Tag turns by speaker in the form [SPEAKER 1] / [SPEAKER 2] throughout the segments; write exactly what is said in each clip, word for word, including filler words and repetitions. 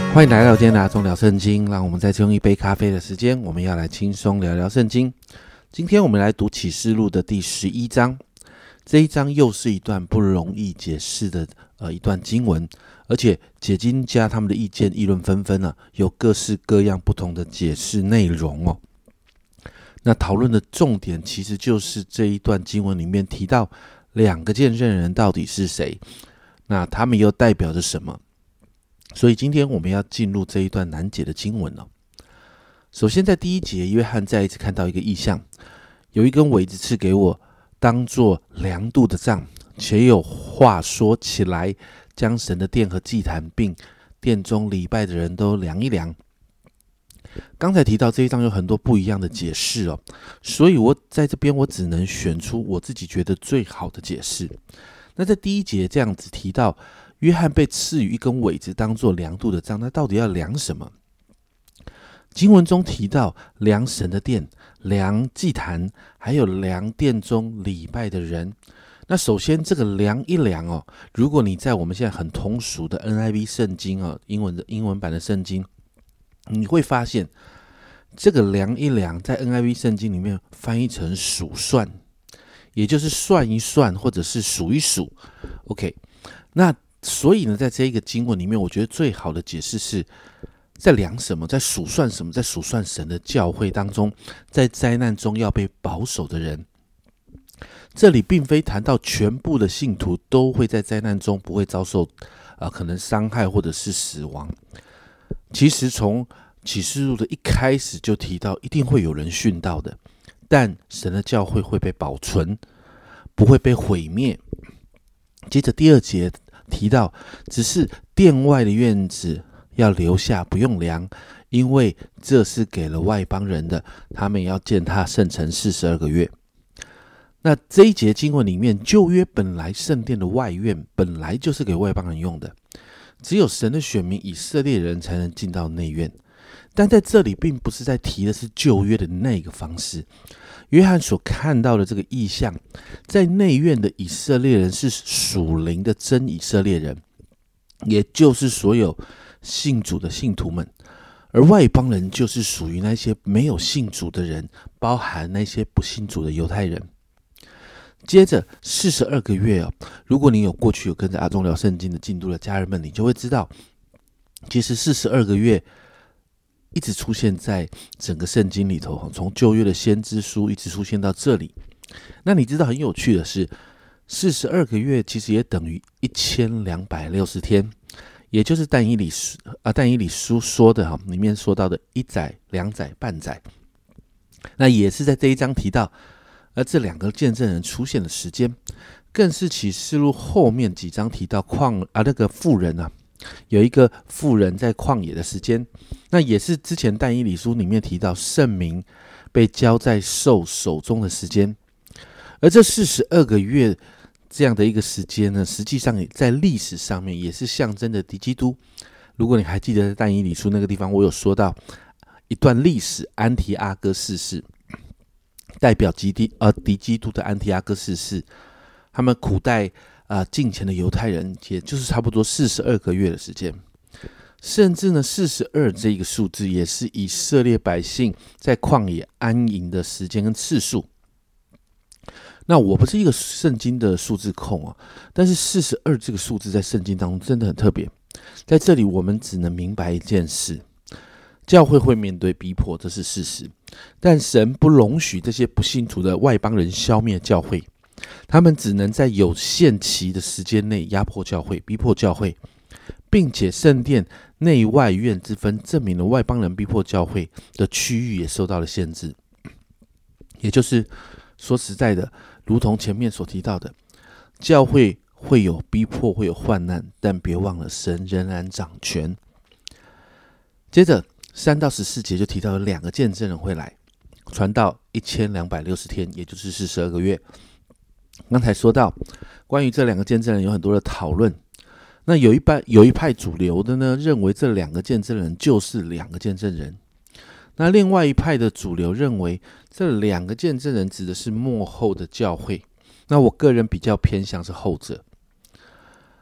[SPEAKER 1] 欢迎来到今天的阿忠聊圣经，让我们再用一杯咖啡的时间，我们要来轻松聊聊圣经。今天我们来读启示录的第十一章，这一章又是一段不容易解释的呃一段经文，而且解经家他们的意见议论纷纷啊，有各式各样不同的解释内容哦。那讨论的重点其实就是这一段经文里面提到两个见证人到底是谁，那他们又代表着什么？所以今天我们要进入这一段难解的经文哦。首先在第一节，约翰再一次看到一个异象，有一根苇子赐给我，当作量度的杖，且有话说起来，将神的殿和祭坛并殿中礼拜的人都量一量。刚才提到这一章有很多不一样的解释哦，所以我在这边我只能选出我自己觉得最好的解释。那在第一节这样子提到，约翰被赐予一根苇子当作量度的杖，那到底要量什么？经文中提到量神的殿、量祭坛，还有量殿中礼拜的人。那首先这个量一量哦，如果你在我们现在很通俗的 N I V 圣经哦，英文的英文版的圣经，你会发现这个量一量在 N I V 圣经里面翻译成数算，也就是算一算或者是数一数。OK， 那所以呢，在这一个经文里面，我觉得最好的解释是在量什么，在数算什么，在数算神的教会当中，在灾难中要被保守的人。这里并非谈到全部的信徒都会在灾难中不会遭受、呃、可能伤害或者是死亡。其实从启示录的一开始就提到，一定会有人殉道的，但神的教会会被保存，不会被毁灭。接着第二节提到，只是殿外的院子要留下，不用量，因为这是给了外邦人的，他们要建他圣城四十二个月。那这一节经文里面，旧约本来圣殿的外院本来就是给外邦人用的，只有神的选民以色列人才能进到内院。但在这里并不是在提的是旧约的那个方式，约翰所看到的这个异象，在内院的以色列人是属灵的真以色列人，也就是所有信主的信徒们，而外邦人就是属于那些没有信主的人，包含那些不信主的犹太人。接着四十二个月哦，如果你有过去有跟着阿忠聊圣经的进度的家人们，你就会知道，其实四十二个月一直出现在整个圣经里头，从旧约的先知书一直出现到这里。那你知道很有趣的是，四十二个月其实也等于一千两百六十天，也就是但以理书啊，但以理书说的哈，里面说到的一载、两载、半载。那也是在这一章提到，而这两个见证人出现的时间，更是启示录后面几章提到旷啊那个妇人啊。有一个妇人在旷野的时间，那也是之前但以理书里面提到圣民被交在兽手中的时间。而这四十二个月这样的一个时间呢，实际上在历史上面也是象征的敌基督。如果你还记得但以理书那个地方，我有说到一段历史，安提阿哥逝世，代表敌基呃敌基督的安提阿哥逝世，他们苦待啊，敬虔的犹太人，也就是差不多四十二个月的时间，甚至呢，四十二这个数字也是以色列百姓在旷野安营的时间跟次数。那我不是一个圣经的数字控啊，但是四十二这个数字在圣经当中真的很特别。在这里，我们只能明白一件事：教会会面对逼迫，这是事实，但神不容许这些不信徒的外邦人消灭教会。他们只能在有限期的时间内压迫教会、逼迫教会，并且圣殿内外院之分证明了外邦人逼迫教会的区域也受到了限制。也就是说实在的，如同前面所提到的，教会会有逼迫，会有患难，但别忘了神仍然掌权。接着三到十四节就提到有两个见证人会来，传道一千两百六十天，也就是四十二个月。刚才说到关于这两个见证人有很多的讨论，那有一派有一派主流的呢，认为这两个见证人就是两个见证人，那另外一派的主流认为这两个见证人指的是末后的教会，那我个人比较偏向是后者。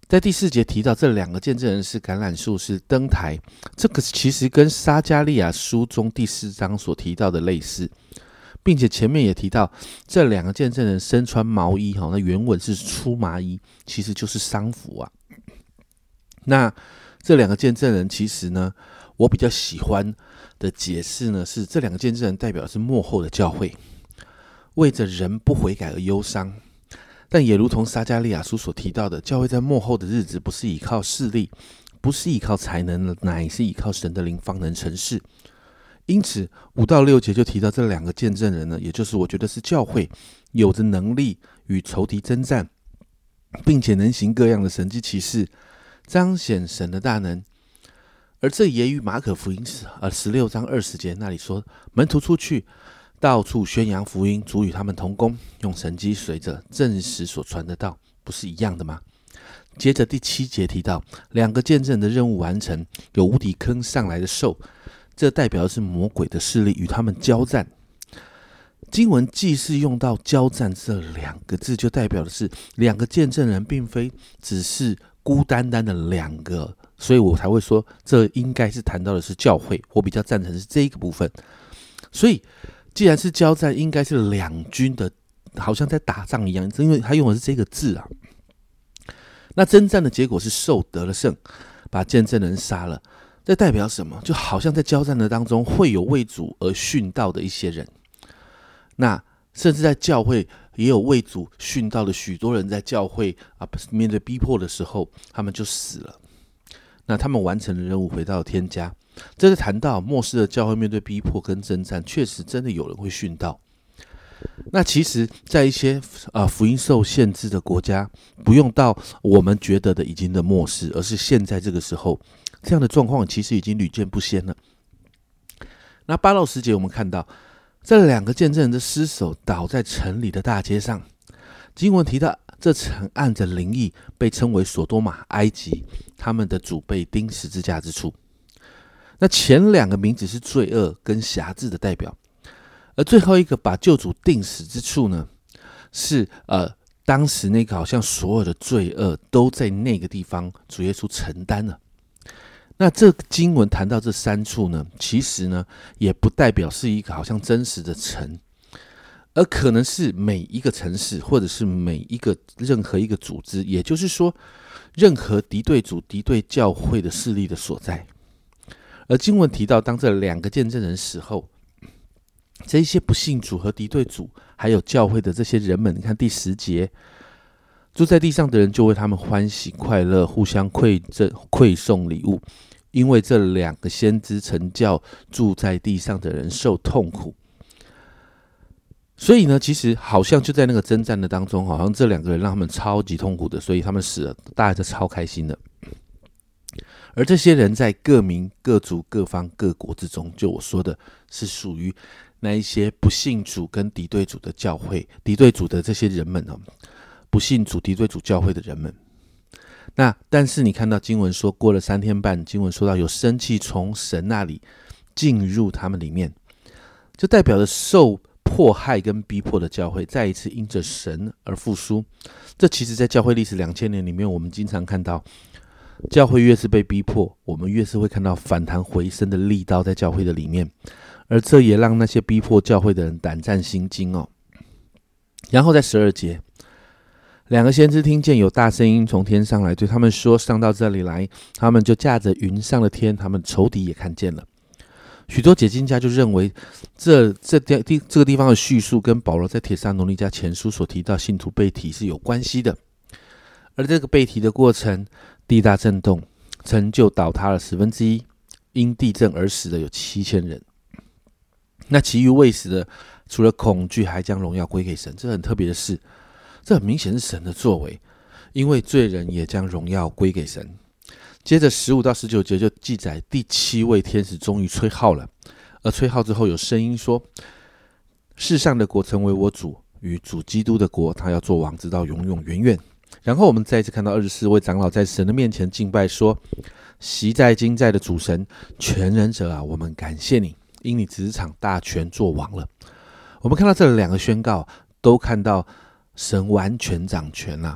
[SPEAKER 1] 在第四节提到这两个见证人是橄榄树，是灯台，这个其实跟撒迦利亚书中第四章所提到的类似，并且前面也提到这两个见证人身穿毛衣，那原文是粗麻衣，其实就是丧服啊。那这两个见证人其实呢，我比较喜欢的解释呢，是这两个见证人代表的是末后的教会，为着人不悔改而忧伤。但也如同撒迦利亚书所提到的，教会在末后的日子不是依靠势力，不是依靠才能，乃是依靠神的灵方能成事。因此五到六节就提到这两个见证人呢，也就是我觉得是教会有着能力与仇敌征战，并且能行各样的神迹奇事，彰显神的大能。而这也与马可福音十六章二十节那里说，门徒出去到处宣扬福音，主与他们同工，用神迹随着证实所传的道，不是一样的吗？接着第七节提到两个见证的任务完成，有无底坑上来的兽，这代表的是魔鬼的势力与他们交战。经文既是用到交战这两个字，就代表的是两个见证人并非只是孤单单的两个，所以我才会说这应该是谈到的是教会，我比较赞成是这一个部分。所以既然是交战，应该是两军的，好像在打仗一样，因为他用的是这个字啊。那征战的结果是兽得了胜，把见证人杀了，这代表什么？就好像在交战的当中会有为主而殉道的一些人，那甚至在教会也有为主殉道的许多人，在教会、啊、面对逼迫的时候他们就死了，那他们完成了任务回到天家。这是谈到末世的教会面对逼迫跟征战，确实真的有人会殉道。那其实在一些、呃、福音受限制的国家，不用到我们觉得的已经的末世，而是现在这个时候这样的状况其实已经屡见不鲜了。那八到十节我们看到这两个见证人的尸首倒在城里的大街上，经文提到这城按着灵意被称为所多玛、埃及，他们的主被钉十字架之处。那前两个名字是罪恶跟辖制的代表，而最后一个把救主钉死之处呢，是呃当时那个好像所有的罪恶都在那个地方主耶稣承担了。那这经文谈到这三处呢，其实呢也不代表是一个好像真实的城，而可能是每一个城市，或者是每一个任何一个组织，也就是说任何敌对主、敌对教会的势力的所在。而经文提到当这两个见证人死后，这一些不信主和敌对主还有教会的这些人们，你看第十节，住在地上的人就为他们欢喜快乐，互相馈馈送礼物，因为这两个先知曾叫住在地上的人受痛苦。所以呢，其实好像就在那个征战的当中，好像这两个人让他们超级痛苦的，所以他们死了，大家就超开心的。而这些人在各民、各族、各方、各国之中，就我说的是属于那一些不信主跟敌对主的教会、敌对主的这些人们，不信主、敌对主教会的人们。那但是你看到经文说，过了三天半，经文说到有生气从神那里进入他们里面，就代表着受迫害跟逼迫的教会再一次因着神而复苏。这其实在教会历史两千年里面，我们经常看到教会越是被逼迫，我们越是会看到反弹回升的力道在教会的里面，而这也让那些逼迫教会的人胆战心惊哦。然后在十二节，两个先知听见有大声音从天上来，对他们说，上到这里来。他们就驾着云上了天，他们仇敌也看见了。许多解经家就认为 这, 这, 这个地方的叙述跟保罗在帖撒罗尼迦前书所提到信徒被提是有关系的，而这个被提的过程，地大震动，城就倒塌了十分之一，因地震而死的有七千人。那其余未死的，除了恐惧，还将荣耀归给神。这很特别的事，这很明显是神的作为，因为罪人也将荣耀归给神。接着十五到十九节就记载第七位天使终于吹号了，而吹号之后有声音说，世上的国成为我主与主基督的国，他要做王直到永永远远。然后我们再一次看到二十四位长老在神的面前敬拜说，昔在今在的主神全能者啊，我们感谢你，因你执掌大权做王了。我们看到这两个宣告，都看到神完全掌权了、啊。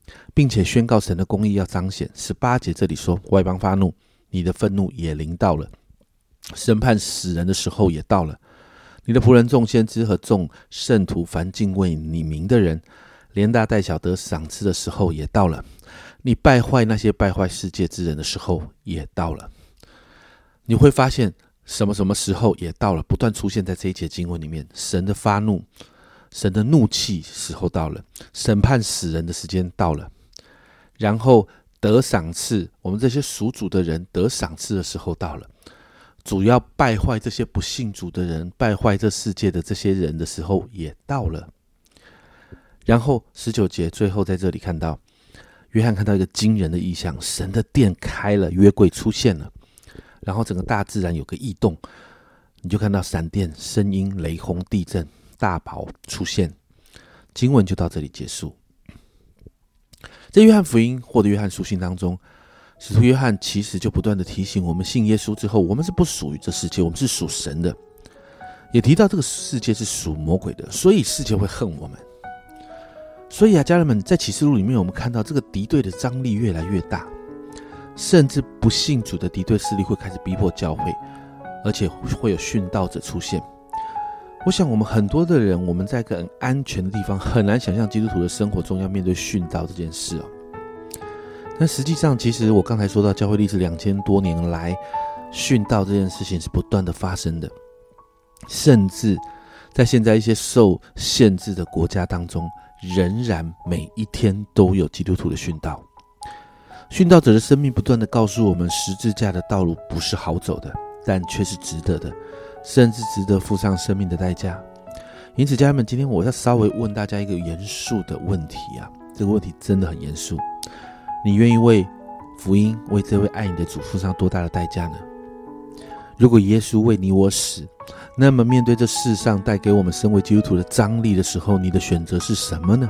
[SPEAKER 1] 并且宣告神的公义要彰显。十八节这里说，外邦发怒，你的愤怒也临到了，审判死人的时候也到了。你的仆人众先知和众圣徒，凡敬畏你名的人，连大带小得赏赐的时候也到了。你败坏那些败坏世界之人的时候也到了。你会发现什么什么时候也到了，不断出现在这一节经文里面。神的发怒，神的怒气时候到了，审判死人的时间到了，然后得赏赐，我们这些属主的人得赏赐的时候到了。主要败坏这些不信主的人，败坏这世界的这些人的时候也到了。然后十九节最后在这里看到，约翰看到一个惊人的异象，神的殿开了，约柜出现了，然后整个大自然有个异动，你就看到闪电、声音、雷轰、地震、大雹出现。经文就到这里结束。在约翰福音或者约翰书信当中，使徒约翰其实就不断的提醒我们，信耶稣之后，我们是不属于这世界，我们是属神的。也提到这个世界是属魔鬼的，所以世界会恨我们。所以啊，家人们，在启示录里面，我们看到这个敌对的张力越来越大，甚至不信主的敌对势力会开始逼迫教会，而且会有殉道者出现。我想我们很多的人，我们在一个很安全的地方，很难想象基督徒的生活中要面对殉道这件事哦。但实际上，其实我刚才说到，教会历史两千多年来，殉道这件事情是不断的发生的，甚至在现在一些受限制的国家当中，仍然每一天都有基督徒的殉道。殉道者的生命不断的告诉我们，十字架的道路不是好走的，但却是值得的，甚至值得付上生命的代价。因此，家人们，今天我要稍微问大家一个严肃的问题啊，这个问题真的很严肃。你愿意为福音，为这位爱你的主付上多大的代价呢？如果耶稣为你我死，那么面对这世上带给我们身为基督徒的张力的时候，你的选择是什么呢？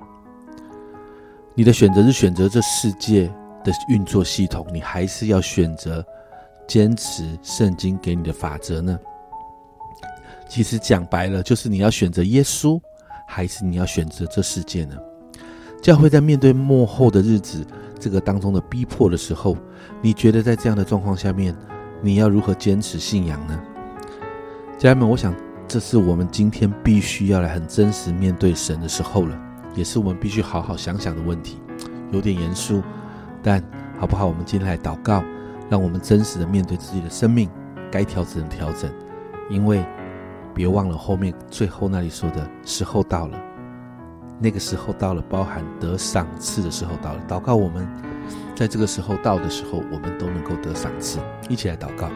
[SPEAKER 1] 你的选择是选择这世界的运作系统，你还是要选择坚持圣经给你的法则呢？其实讲白了，就是你要选择耶稣，还是你要选择这世界呢？教会在面对末后的日子这个当中的逼迫的时候，你觉得在这样的状况下面，你要如何坚持信仰呢？家人们，我想这是我们今天必须要来很真实面对神的时候了，也是我们必须好好想想的问题。有点严肃，但好不好，我们今天来祷告，让我们真实的面对自己的生命，该调整的调整。因为别忘了后面最后那里说的时候到了，那个时候到了，包含得赏赐的时候到了。祷告我们在这个时候到的时候，我们都能够得赏赐。一起来祷告。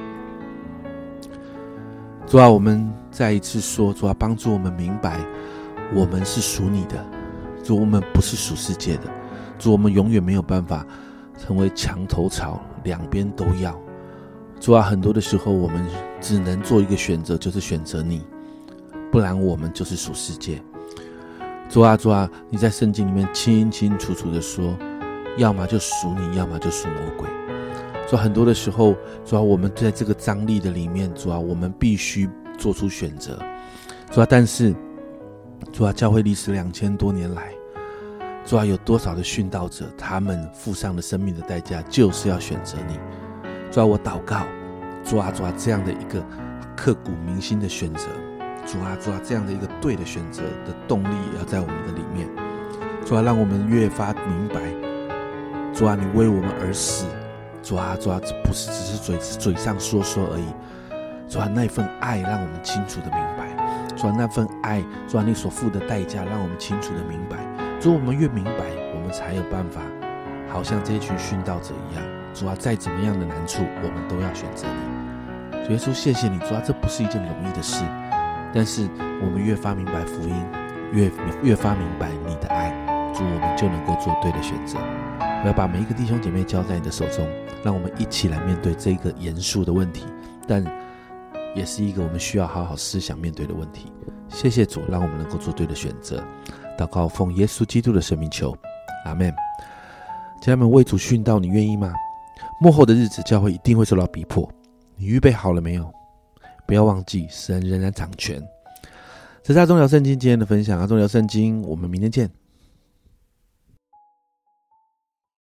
[SPEAKER 1] 主啊，我们再一次说，主啊，帮助我们明白我们是属你的，主，我们不是属世界的，主，我们永远没有办法成为墙头草，两边都要。主啊，很多的时候我们只能做一个选择，就是选择你，不然我们就是属世界。主啊，主啊，你在圣经里面清清楚楚的说，要么就属你，要么就属魔鬼。主啊，很多的时候，主啊，我们在这个张力的里面，主啊，我们必须做出选择。主啊，但是主啊，教会历史两千多年来，主啊，有多少的殉道者，他们付上了生命的代价，就是要选择你。主啊，我祷告，主啊，主啊，这样的一个刻骨铭心的选择，主啊，主啊，这样的一个对的选择的动力也要在我们的里面。主啊，让我们越发明白，主啊，你为我们而死。主啊，主啊，不是只是 嘴, 嘴上说说而已。主啊，那份爱让我们清楚的明白。主啊，那份爱，主啊，你所付的代价让我们清楚的明白。主啊，我们越明白，我们才有办法好像这一群殉道者一样。主啊，再怎么样的难处，我们都要选择你。主耶稣，谢谢你。主啊，这不是一件容易的事，但是我们越发明白福音，越越发明白你的爱，主，我们就能够做对的选择。我要把每一个弟兄姐妹交在你的手中，让我们一起来面对这个严肃的问题，但也是一个我们需要好好思想面对的问题。谢谢主，让我们能够做对的选择。祷告奉耶稣基督的圣名求，阿们。家人们，为主殉道，你愿意吗？末后的日子，教会一定会受到逼迫，你预备好了没有？不要忘记，神仍然掌权。这是阿忠聊圣经今天的分享，阿忠聊圣经，我们明天见。